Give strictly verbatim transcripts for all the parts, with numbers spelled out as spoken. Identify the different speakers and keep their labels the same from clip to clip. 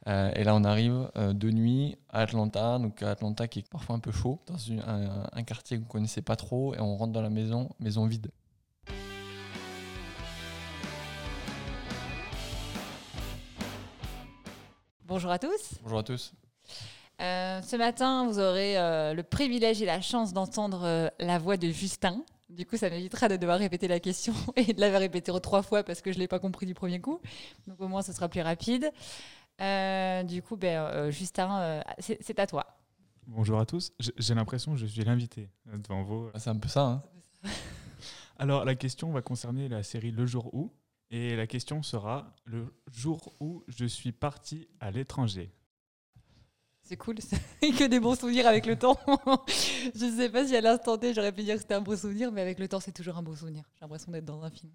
Speaker 1: Euh, et là, on arrive euh, de nuit à Atlanta, donc à Atlanta qui est parfois un peu chaud, dans une- un, un quartier qu'on ne connaissait pas trop, et on rentre dans la maison, maison vide.
Speaker 2: Bonjour à tous.
Speaker 1: Bonjour à tous.
Speaker 2: Euh, ce matin, vous aurez euh, le privilège et la chance d'entendre euh, la voix de Justin. Du coup, ça m'évitera de devoir répéter la question et de la répéter trois fois parce que je ne l'ai pas compris du premier coup. Donc au moins, ce sera plus rapide. Euh, du coup, ben, euh, Justin, euh, c'est, c'est à toi.
Speaker 3: Bonjour à tous. J'ai j'ai l'impression que je suis l'invité euh, devant vous.
Speaker 1: C'est un peu ça, hein.
Speaker 3: Alors, la question va concerner la série Le jour où. Et la question sera le jour où je suis parti à l'étranger.
Speaker 2: C'est cool, c'est que des bons souvenirs avec le temps. Je ne sais pas si à l'instant T, j'aurais pu dire que c'était un beau souvenir, mais avec le temps, c'est toujours un beau souvenir. J'ai l'impression d'être dans un film.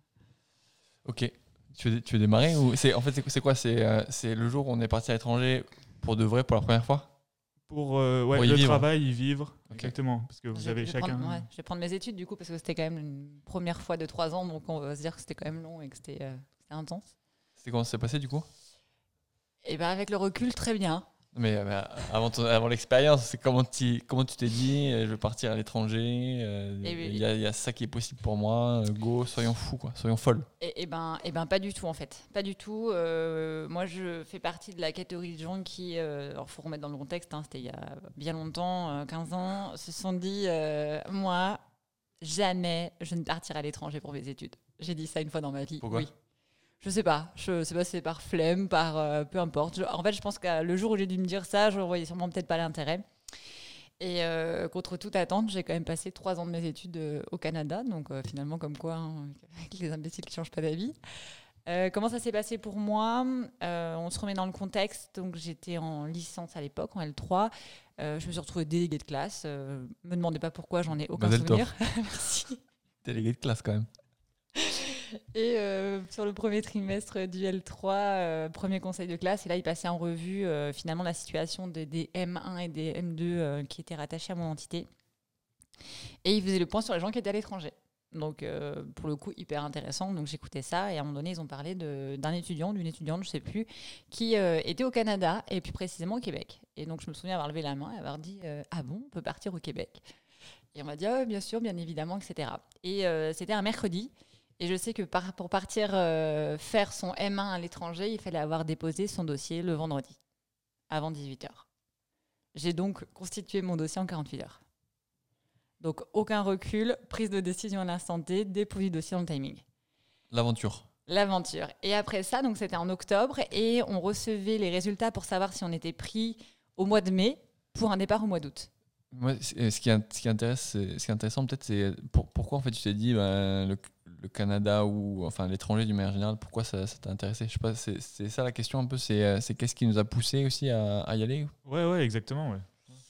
Speaker 1: Ok. Tu veux, tu veux démarrer ou c'est, en fait, c'est, c'est quoi c'est, euh, c'est le jour où on est parti à l'étranger pour de vrai, pour la première fois?
Speaker 3: Pour, euh, ouais,
Speaker 1: Pour y
Speaker 3: le
Speaker 1: vivre.
Speaker 3: travail, y vivre.
Speaker 1: Ok.
Speaker 3: Exactement. Parce que vous
Speaker 2: Je-
Speaker 3: avez
Speaker 2: je vais
Speaker 3: chacun.
Speaker 2: prendre- ouais, je vais prendre mes études du coup parce que c'était quand même une première fois de trois ans, donc on va se dire que c'était quand même long et que c'était, euh, c'était intense.
Speaker 1: C'est comment ça s'est passé du coup?
Speaker 2: Et ben avec le recul, très bien.
Speaker 1: Mais, euh, mais avant, ton- avant l'expérience, c'est comment, t'y- comment tu t'es dit euh, je vais partir à l'étranger, euh,
Speaker 2: Et
Speaker 1: il
Speaker 2: oui.
Speaker 1: y, a- il y a ça qui est possible pour moi, euh, go, soyons fous, quoi, soyons folles.
Speaker 2: Et, et ben, et ben pas du tout en fait, pas du tout. Euh, moi, je fais partie de la catégorie de gens qui, euh, alors faut remettre dans le contexte, hein, c'était il y a bien longtemps, euh, quinze ans, se sont dit, euh, moi, jamais je ne partirai à l'étranger pour mes études. J'ai dit ça une fois dans ma vie.
Speaker 1: Pourquoi?
Speaker 2: Oui. Je sais pas, je sais pas si c'est par flemme, par euh, peu importe. Je- en fait, je pense que le jour où j'ai dû me dire ça, je voyais sûrement peut-être pas l'intérêt. Et euh, contre toute attente, j'ai quand même passé trois ans de mes études euh, au Canada, donc euh, finalement comme quoi, hein, avec les imbéciles qui changent pas d'avis. Euh, comment ça s'est passé pour moi? Euh, On se remet dans le contexte. Donc j'étais en licence à l'époque, en L trois. Euh, je me suis retrouvée déléguée de classe. Euh, me demandez pas pourquoi, j'en ai aucun
Speaker 1: Mazel tov.
Speaker 2: souvenir. Merci.
Speaker 1: Délégué de classe quand même.
Speaker 2: Et euh, sur le premier trimestre du L trois, euh, premier conseil de classe, et là, il passait en revue euh, finalement la situation de- des M un et des M deux euh, qui étaient rattachés à mon entité. Et il faisait le point sur les gens qui étaient à l'étranger. Donc, euh, pour le coup, hyper intéressant. Donc, j'écoutais ça. Et à un moment donné, ils ont parlé de- d'un étudiant, d'une étudiante, je sais plus, qui euh, était au Canada et plus précisément au Québec. Et donc, je me souviens avoir levé la main et avoir dit euh, ah bon, on peut partir au Québec? Et on m'a dit ah, ouais, bien sûr, bien évidemment, et cetera. Et euh, c'était un mercredi. Et je sais que par- pour partir euh, faire son M un à l'étranger, il fallait avoir déposé son dossier le vendredi, avant dix-huit heures. J'ai donc constitué mon dossier en quarante-huit heures. Donc aucun recul, prise de décision à l'instant T, dépôt du dossier dans le timing.
Speaker 1: L'aventure.
Speaker 2: L'aventure. Et après ça, donc c'était en octobre, et on recevait les résultats pour savoir si on était pris au mois de mai pour un départ au mois d'août.
Speaker 1: Moi, c'est- ce qui, est- ce qui intéresse, c'est- ce qui est intéressant peut-être, c'est pour- pourquoi en fait tu t'es dit ben, le, le Canada ou enfin l'étranger d'une manière générale, pourquoi ça, ça t'a intéressé? Je sais pas, c'est, c'est ça la question un peu, c'est, euh, c'est qu'est-ce qui nous a poussé aussi à, à y aller?
Speaker 3: Ouais, ouais, exactement. Ouais.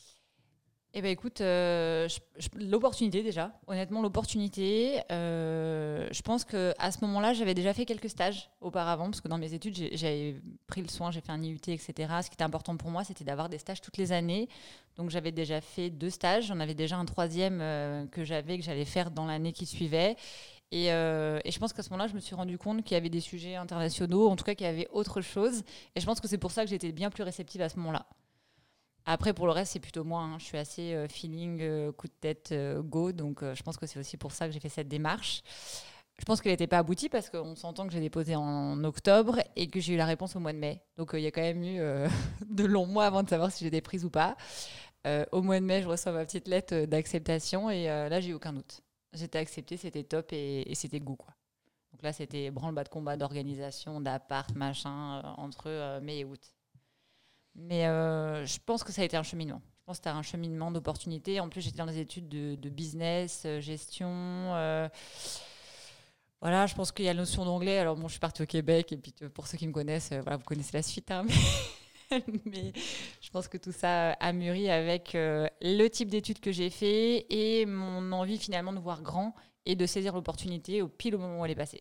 Speaker 2: Eh bien, écoute, euh, je- je- l'opportunité déjà, honnêtement, l'opportunité, euh, je pense qu'à ce moment-là, j'avais déjà fait quelques stages auparavant, parce que dans mes études, j'ai- j'avais pris le soin, j'ai fait un I U T, et cetera. Ce qui était important pour moi, c'était d'avoir des stages toutes les années. Donc, j'avais déjà fait deux stages, j'en avais déjà un troisième euh, que j'avais, que j'allais faire dans l'année qui suivait. Et, euh, et je pense qu'à ce moment-là, je me suis rendu compte qu'il y avait des sujets internationaux, en tout cas qu'il y avait autre chose. Et je pense que c'est pour ça que j'étais bien plus réceptive à ce moment-là. Après, pour le reste, c'est plutôt moi, hein. Je suis assez euh, feeling, euh, coup de tête, euh, go. Donc, euh, je pense que c'est aussi pour ça que j'ai fait cette démarche. Je pense qu'elle n'était pas aboutie parce qu'on s'entend que j'ai déposé en octobre et que j'ai eu la réponse au mois de mai. Donc, euh, il y a quand même eu euh, de longs mois avant de savoir si j'étais prise ou pas. Euh, au mois de mai, je reçois ma petite lettre euh, d'acceptation et euh, là, j'ai eu aucun doute. J'étais acceptée, c'était top et, et c'était go, quoi. Donc là, c'était branle-bas de combat d'organisation, d'appart, machin, euh, entre euh, mai et août. Mais euh, je pense que ça a été un cheminement. Je pense que c'était un cheminement d'opportunités. En plus, j'étais dans des études de, de business, euh, gestion. euh, voilà, je pense qu'il y a la notion d'anglais. Alors, bon, je suis partie au Québec. Et puis, euh, pour ceux qui me connaissent, euh, voilà, vous connaissez la suite. Hein, mais, mais je pense que tout ça a mûri avec euh, le type d'études que j'ai fait et mon envie finalement de voir grand et de saisir l'opportunité au pile au moment où elle est passée.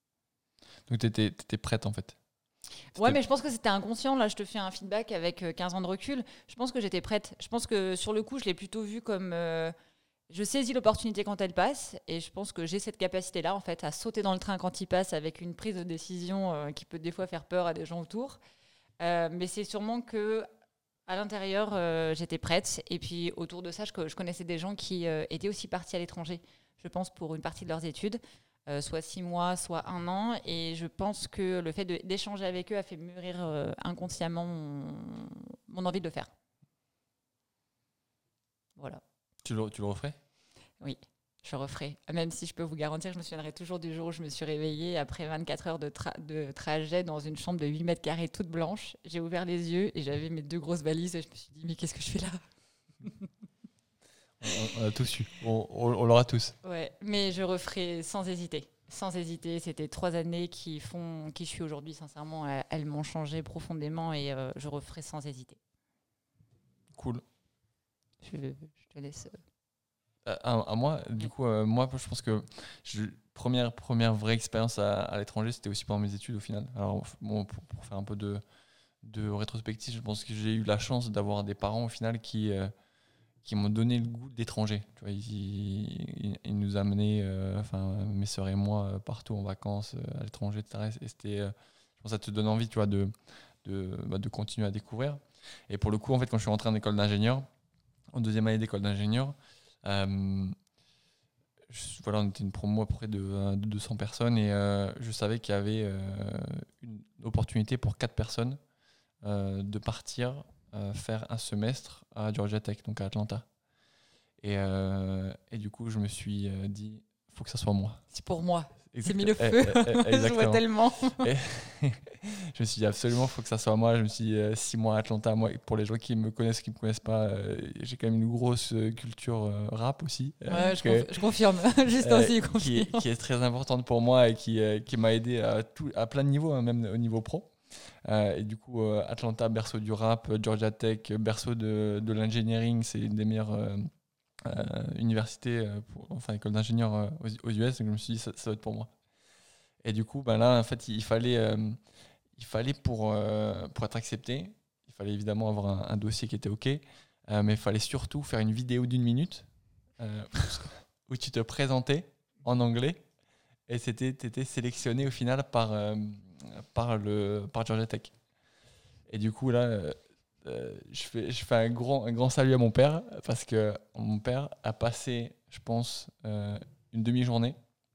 Speaker 1: Donc t'étais, t'étais prête en fait.
Speaker 2: Ouais, mais je pense que c'était inconscient. Là, je te fais un feedback avec euh, quinze ans de recul. Je pense que j'étais prête. Je pense que sur le coup, je l'ai plutôt vu comme... euh, je saisis l'opportunité quand elle passe et je pense que j'ai cette capacité-là, en fait, à sauter dans le train quand il passe avec une prise de décision euh, qui peut des fois faire peur à des gens autour. Euh, mais c'est sûrement que à l'intérieur, euh, j'étais prête. Et puis autour de ça, je, je connaissais des gens qui euh, étaient aussi partis à l'étranger, je pense, pour une partie de leurs études, euh, soit six mois, soit un an. Et je pense que le fait de, d'échanger avec eux a fait mûrir euh, inconsciemment mon, mon envie de le faire. Voilà.
Speaker 1: Tu le, tu le referais ?
Speaker 2: Oui, je referai. Même si je peux vous garantir que je me souviendrai toujours du jour où je me suis réveillée après vingt-quatre heures de, tra- de trajet dans une chambre de huit mètres carrés toute blanche. J'ai ouvert les yeux et j'avais mes deux grosses valises et je me suis dit, mais qu'est-ce que je fais là ?
Speaker 1: on, on a tous eu. On, on, on l'aura tous.
Speaker 2: Ouais, mais je referai sans hésiter. Sans hésiter, c'était trois années qui font qui je suis aujourd'hui, sincèrement. Elles, elles m'ont changé profondément et euh, je referai sans hésiter.
Speaker 1: Cool.
Speaker 2: Je, je te laisse...
Speaker 1: À, à moi, du coup, euh, moi, je pense que je, première, première vraie expérience à, à l'étranger, c'était aussi pendant mes études au final. Alors, bon, pour, pour faire un peu de, de rétrospective, je pense que j'ai eu la chance d'avoir des parents au final qui, euh, qui m'ont donné le goût d'étranger. Tu vois, ils, ils, ils nous amenaient, euh, enfin, mes sœurs et moi, partout en vacances, à l'étranger, et cetera. Et c'était, euh, je pense que ça te donne envie, tu vois, de, de, bah, de continuer à découvrir. Et pour le coup, en fait, quand je suis rentré en école d'ingénieur, en deuxième année d'école d'ingénieur, Euh, je, voilà, on était une promo à peu près de, de deux cents personnes et euh, je savais qu'il y avait euh, une opportunité pour quatre personnes euh, de partir euh, faire un semestre à Georgia Tech, donc à Atlanta. Et, euh, et du coup, je me suis euh, dit, il faut que ça soit moi.
Speaker 2: C'est pour moi. C'est mis
Speaker 1: Exactement.
Speaker 2: le feu.
Speaker 1: Eh, eh, eh,
Speaker 2: Je vois tellement.
Speaker 1: Et je me suis dit absolument, il faut que ça soit moi. Je me suis dit euh, six mois à Atlanta. Moi, pour les gens qui me connaissent, qui me connaissent pas, euh, j'ai quand même une grosse euh, culture euh, rap aussi. euh,
Speaker 2: Ouais, je,
Speaker 1: que-
Speaker 2: conf- je confirme. Juste
Speaker 1: euh,
Speaker 2: ainsi, je
Speaker 1: qui,
Speaker 2: confirme.
Speaker 1: est, qui est très importante pour moi et qui, euh, qui m'a aidé à, tout, à plein de niveaux, hein, même au niveau pro. Euh, et du coup, euh, Atlanta, berceau du rap, Georgia Tech, berceau de, de l'engineering, c'est une des meilleures euh, euh, universités, euh, pour, enfin école d'ingénieur euh, aux, aux U S. Donc je me suis dit, ça, ça doit être pour moi. Et du coup, ben là, en fait, il fallait, euh, il fallait pour, euh, pour être accepté, il fallait évidemment avoir un, un dossier qui était OK, euh, mais il fallait surtout faire une vidéo d'une minute euh, où tu te présentais en anglais et tu étais sélectionné au final par, euh, par, le, par Georgia Tech. Et du coup, là, euh, euh, je, fais, je fais un grand, un grand salut à mon père parce que mon père a passé, je pense, euh, une demi-journée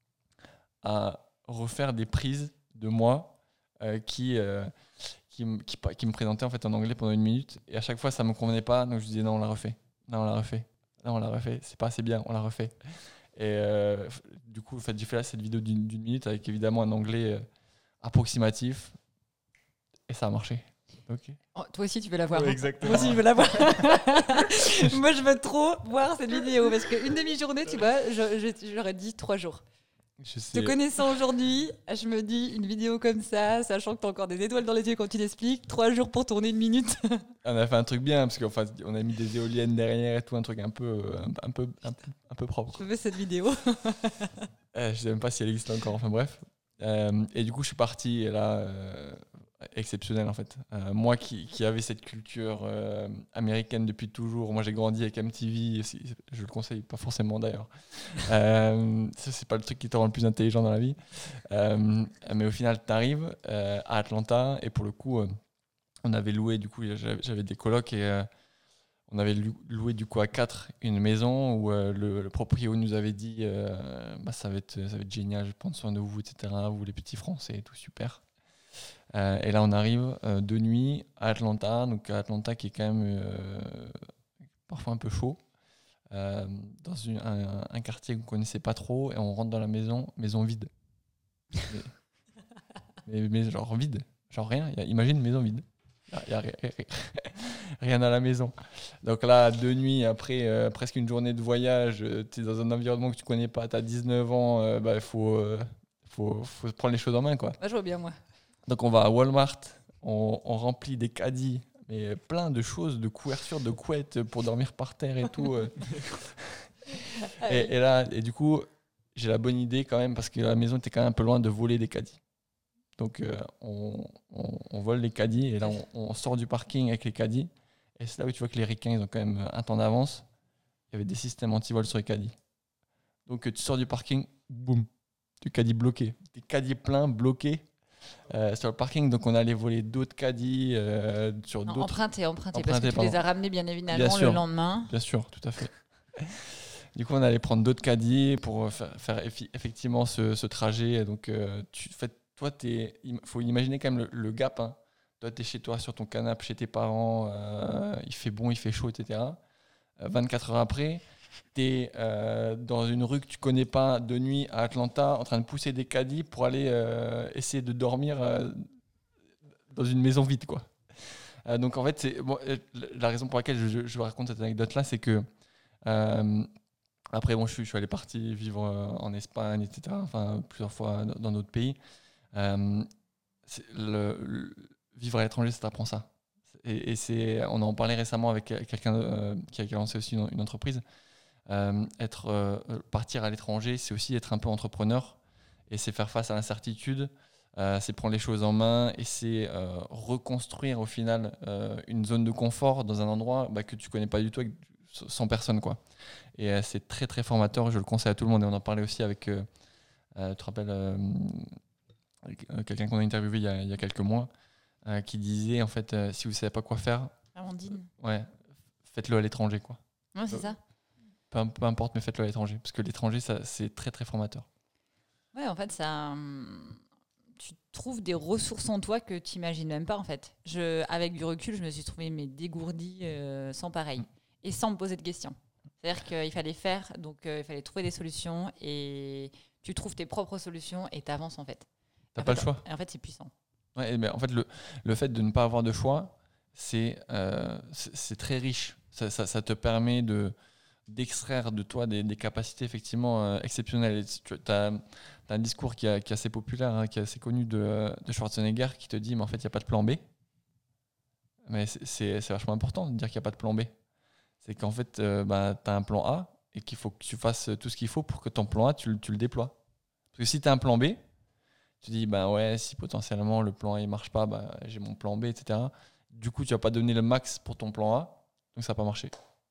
Speaker 1: à refaire des prises de moi euh, qui, euh, qui, m- qui, pa- qui me présentaient en fait en anglais pendant une minute et à chaque fois ça me convenait pas, donc je disais non, on l'a refait, non on l'a refait, non on l'a refait, c'est pas assez bien, on l'a refait. Et euh, f- du coup en fait, j'ai fait là cette vidéo d'une d'une minute avec évidemment un anglais euh, approximatif et ça a marché. Ok.
Speaker 2: Oh, toi aussi, tu veux la voir.
Speaker 3: Ouais,
Speaker 2: hein.
Speaker 3: exactement.
Speaker 2: Moi aussi, je veux la voir. Moi, je veux trop voir cette vidéo parce qu'une demi-journée, tu vois, je- je- j'aurais dit trois jours.
Speaker 1: Je
Speaker 2: Te
Speaker 1: sais.
Speaker 2: connaissant aujourd'hui, je me dis une vidéo comme ça, sachant que t'as encore des étoiles dans les yeux quand tu l'expliques, trois jours pour tourner une minute.
Speaker 1: On a fait un truc bien parce qu'en fait on a mis des éoliennes derrière et tout, un truc un peu, euh, un, un peu, un, peu- un peu propre.
Speaker 2: Je veux cette vidéo.
Speaker 1: Euh, je sais même pas si elle existe encore, enfin bref. Euh, et du coup, je suis parti, et là, euh, exceptionnel en fait. Euh, moi qui, qui avais cette culture euh, américaine depuis toujours, moi j'ai grandi avec M T V, aussi, je le conseille pas forcément d'ailleurs. Euh, ça, c'est pas le truc qui te rend le plus intelligent dans la vie. Euh, mais au final, tu arrives à Atlanta, et pour le coup, euh, on avait loué, du coup, j'avais j'avais des colocs et. euh, on avait lou- loué du coup à quatre une maison où euh, le, le proprio nous avait dit euh, bah, ça, va être, ça va être génial, je vais prendre soin de vous, et cetera. Vous les petits Français et tout, super. Euh, et là on arrive euh, de nuit à Atlanta, donc à Atlanta qui est quand même euh, parfois un peu chaud, euh, dans une- un, un quartier qu'on ne connaissait pas trop, et on rentre dans la maison, maison vide. Mais, mais- mais genre vide, genre rien, y a- imagine une maison vide. Il n'y a, y a ri- ri- rien à la maison. Donc là, deux nuits, après euh, presque une journée de voyage, tu es dans un environnement que tu connais pas, tu as dix-neuf ans, il bah, faut, euh, faut, faut prendre les choses en main, quoi.
Speaker 2: Moi, je vois bien, moi.
Speaker 1: Donc on va à Walmart, on, on remplit des caddies, mais plein de choses, de couvertures, de couettes pour dormir par terre et tout. euh. et, et là, et du coup, j'ai la bonne idée quand même, parce que la maison était quand même un peu loin, de voler des caddies. Donc euh, on, on, on vole les caddies, et là on, on sort du parking avec les caddies. Et c'est là où tu vois que les ricains, ils ont quand même un temps d'avance. Il y avait des systèmes anti-vol sur les caddies. Donc euh, tu sors du parking, boum, du caddie bloqué. Des caddies pleins, bloqués. euh, sur le parking. Donc, on allait voler d'autres caddies euh, sur
Speaker 2: Non,
Speaker 1: d'autres.
Speaker 2: emprunté, emprunté, parce
Speaker 1: Emprunté,
Speaker 2: que tu les
Speaker 1: pardon.
Speaker 2: as ramenés bien évidemment
Speaker 1: Bien
Speaker 2: le
Speaker 1: sûr.
Speaker 2: lendemain.
Speaker 1: Bien sûr, tout à fait. Du coup, on allait prendre d'autres caddies pour faire, faire effi- effectivement ce, ce trajet. Donc, euh, tu, en fait, toi, il faut imaginer quand même le, le gap. Hein. Toi, tu es chez toi, sur ton canapé, chez tes parents. Euh, il fait bon, il fait chaud, et cetera. Euh, vingt-quatre heures après, tu es euh, dans une rue que tu connais pas, de nuit à Atlanta, en train de pousser des caddies pour aller euh, essayer de dormir euh, dans une maison vide, quoi. Euh, donc, en fait, c'est, bon, euh, la raison pour laquelle je, je vous raconte cette anecdote-là, c'est que euh, après, bon, je suis, je suis allé partir vivre euh, en Espagne, et cetera. Enfin, plusieurs fois dans, dans d'autres pays. Euh, c'est le, le- vivre à l'étranger, ça t'apprend ça. Et, et c'est, on en parlait récemment avec quelqu'un euh, qui a qui a lancé aussi une, une entreprise. Euh, être, euh, partir à l'étranger, c'est aussi être un peu entrepreneur. Et c'est faire face à l'incertitude. Euh, c'est prendre les choses en main et c'est euh, reconstruire au final euh, une zone de confort dans un endroit bah, que tu connais pas du tout avec cent personnes, quoi. Et euh, c'est très très formateur, je le conseille à tout le monde. Et on en parlait aussi avec, euh, euh, tu te rappelles, euh, avec, euh, quelqu'un qu'on a interviewé il y a, il y a quelques mois, euh, qui disait en fait, euh, si vous savez pas quoi faire,
Speaker 2: Amandine.
Speaker 1: ouais, faites-le à l'étranger, quoi.
Speaker 2: Ouais, c'est ça.
Speaker 1: Peu, peu importe, mais faites-le à l'étranger, parce que l'étranger, ça, c'est très très formateur.
Speaker 2: Ouais, en fait, ça, hum, tu trouves des ressources en toi que tu n'imagines même pas, en fait. Je, avec du recul, je me suis trouvée mais dégourdie euh, sans pareil.
Speaker 1: Mm.
Speaker 2: Et sans me poser de questions. C'est-à-dire qu'il fallait faire, donc euh, il fallait trouver des solutions et tu trouves tes propres solutions et tu avances, en fait.
Speaker 1: T'as
Speaker 2: En
Speaker 1: pas
Speaker 2: fait,
Speaker 1: le choix.
Speaker 2: En fait, c'est puissant.
Speaker 1: Ouais, mais en fait, le, le fait de ne pas avoir de choix, c'est euh, c'est c'est très riche. Ça, ça, ça te permet de d'extraire de toi des, des capacités effectivement euh, exceptionnelles. Tu as, un discours qui, a, qui est assez populaire, hein, qui est assez connu de, de Schwarzenegger, qui te dit mais en fait il n'y a pas de plan B. Mais c'est c'est- c'est vachement important de dire qu'il n'y a pas de plan B. C'est qu'en fait euh, bah, tu as un plan A et qu'il faut que tu fasses tout ce qu'il faut pour que ton plan A tu, le- tu le déploies. Parce que si tu as un plan B, tu dis bah ouais, si potentiellement le plan A ne marche pas, bah, j'ai mon plan B, et cetera. Du coup tu vas pas donner le max pour ton plan A, donc ça va pas marcher.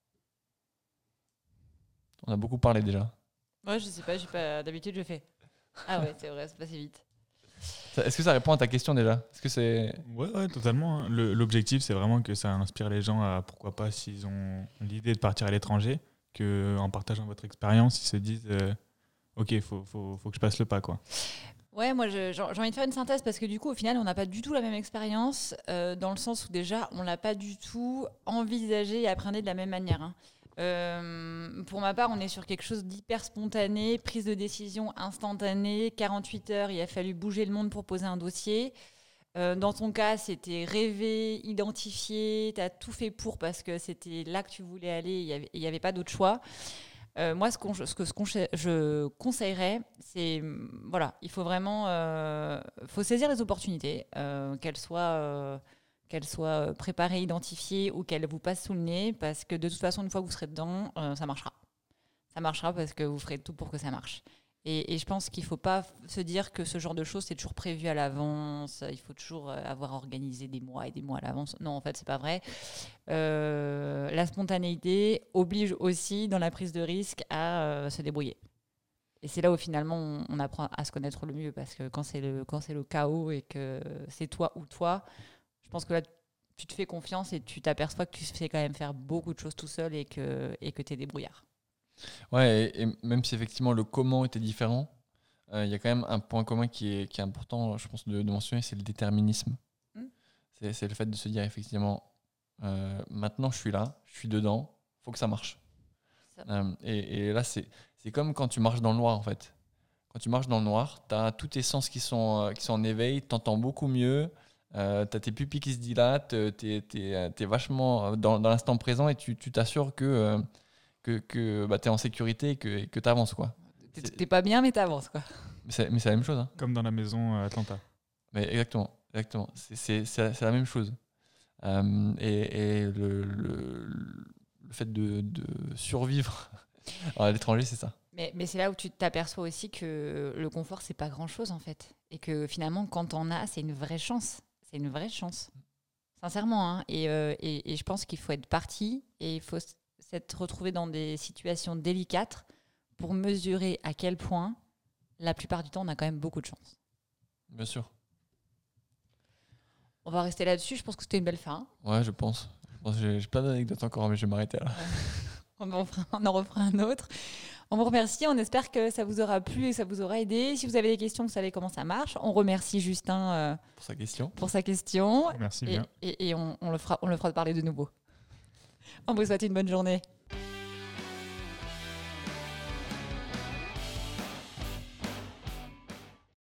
Speaker 1: On a beaucoup parlé déjà.
Speaker 2: Ouais, je sais pas, j'ai pas d'habitude, je fais. Ah ouais, c'est vrai, c'est passé vite.
Speaker 1: Ça- Est-ce que ça répond à ta question déjà? Est-ce que c'est...
Speaker 3: Ouais, ouais, totalement. hein. Le- L'objectif, c'est vraiment que ça inspire les gens à, pourquoi pas, s'ils ont l'idée de partir à l'étranger, qu'en partageant votre expérience, ils se disent euh, ok, il faut, faut, faut que je passe le pas, quoi.
Speaker 2: Ouais, moi je- j'ai j'ai envie de faire une synthèse parce que du coup, au final, on n'a pas du tout la même expérience euh, dans le sens où déjà, on l'a pas du tout envisagé et appréhendé de la même manière. hein. Euh, pour ma part, on est sur quelque chose d'hyper spontané, prise de décision instantanée, quarante-huit heures, il a fallu bouger le monde pour poser un dossier. Euh, dans ton cas, c'était rêver, identifier, tu as tout fait pour parce que c'était là que tu voulais aller, il n'y avait, il y avait pas d'autre choix. Euh, moi, ce, qu'on- ce que ce qu'on- je conseillerais, c'est hum, voilà, il faut vraiment, euh, faut saisir les opportunités, euh, qu'elles soient, euh, qu'elles soient euh, préparées, identifiées ou qu'elles vous passent sous le nez, parce que de toute façon, une fois que vous serez dedans, euh, ça marchera. Ça marchera parce que vous ferez tout pour que ça marche. Et, et je pense qu'il ne faut pas f- se dire que ce genre de choses, c'est toujours prévu à l'avance. Il faut toujours euh, avoir organisé des mois et des mois à l'avance. Non, en fait, c'est pas vrai. Euh, la spontanéité oblige aussi, dans la prise de risque, à euh, se débrouiller. Et c'est là où finalement on, on apprend à se connaître le mieux, parce que quand c'est le, quand c'est le chaos et que c'est toi ou toi, je pense que là, tu te fais confiance et tu t'aperçois que tu sais quand même faire beaucoup de choses tout seul et que et que tu es débrouillard.
Speaker 1: Ouais, et, et même si effectivement le comment était différent, euh, il y a quand même un point commun qui est, qui est important, je pense, de, de mentionner, c'est le déterminisme.
Speaker 2: Mm.
Speaker 1: C'est, c'est le fait de se dire effectivement, euh, maintenant je suis là, je suis dedans, faut que ça marche.
Speaker 2: Ça.
Speaker 1: Euh, et, et là, c'est, c'est comme quand tu marches dans le noir, en fait. Quand tu marches dans le noir, tu as tous tes sens qui sont, euh, qui sont en éveil, tu entends beaucoup mieux, euh, tu as tes pupilles qui se dilatent, tu es vachement dans, dans l'instant présent et tu, tu t'assures que, euh, que, que bah, tu es en sécurité et que, que tu avances, quoi.
Speaker 2: T'es,
Speaker 1: C'est-
Speaker 2: t'es pas bien, mais t'avances, quoi.
Speaker 1: Mais c'est, mais c'est la même chose. Hein.
Speaker 3: Comme dans la maison euh, Atlanta.
Speaker 1: Mais exactement. exactement. C'est, c'est, c'est la c'est la même chose. Euh, et et le, le, le fait de, de survivre à l'étranger, c'est ça.
Speaker 2: Mais, mais c'est là où tu t'aperçois aussi que le confort, c'est pas grand-chose, en fait. Et que finalement, quand t'en as, c'est une vraie chance. C'est une vraie chance. Sincèrement. Hein. Et, euh, et, et je pense qu'il faut être parti et il faut s- s'être retrouvé dans des situations délicates pour mesurer à quel point, la plupart du temps, on a quand même beaucoup de chance.
Speaker 1: Bien sûr.
Speaker 2: On va rester là-dessus. Je pense que c'était une belle fin.
Speaker 1: Ouais, je pense. Je pense que j'ai, j'ai pas d'anecdote encore, mais je vais m'arrêter là.
Speaker 2: On en, fera, on en refera un autre. On vous remercie. On espère que ça vous aura plu et que ça vous aura aidé. Si vous avez des questions, vous savez comment ça marche. On remercie Justin euh,
Speaker 1: Pour sa question.
Speaker 2: pour sa question.
Speaker 3: Merci
Speaker 2: Et,
Speaker 3: bien.
Speaker 2: et, et on, on le fera, on le fera parler de nouveau. On vous souhaite une bonne journée.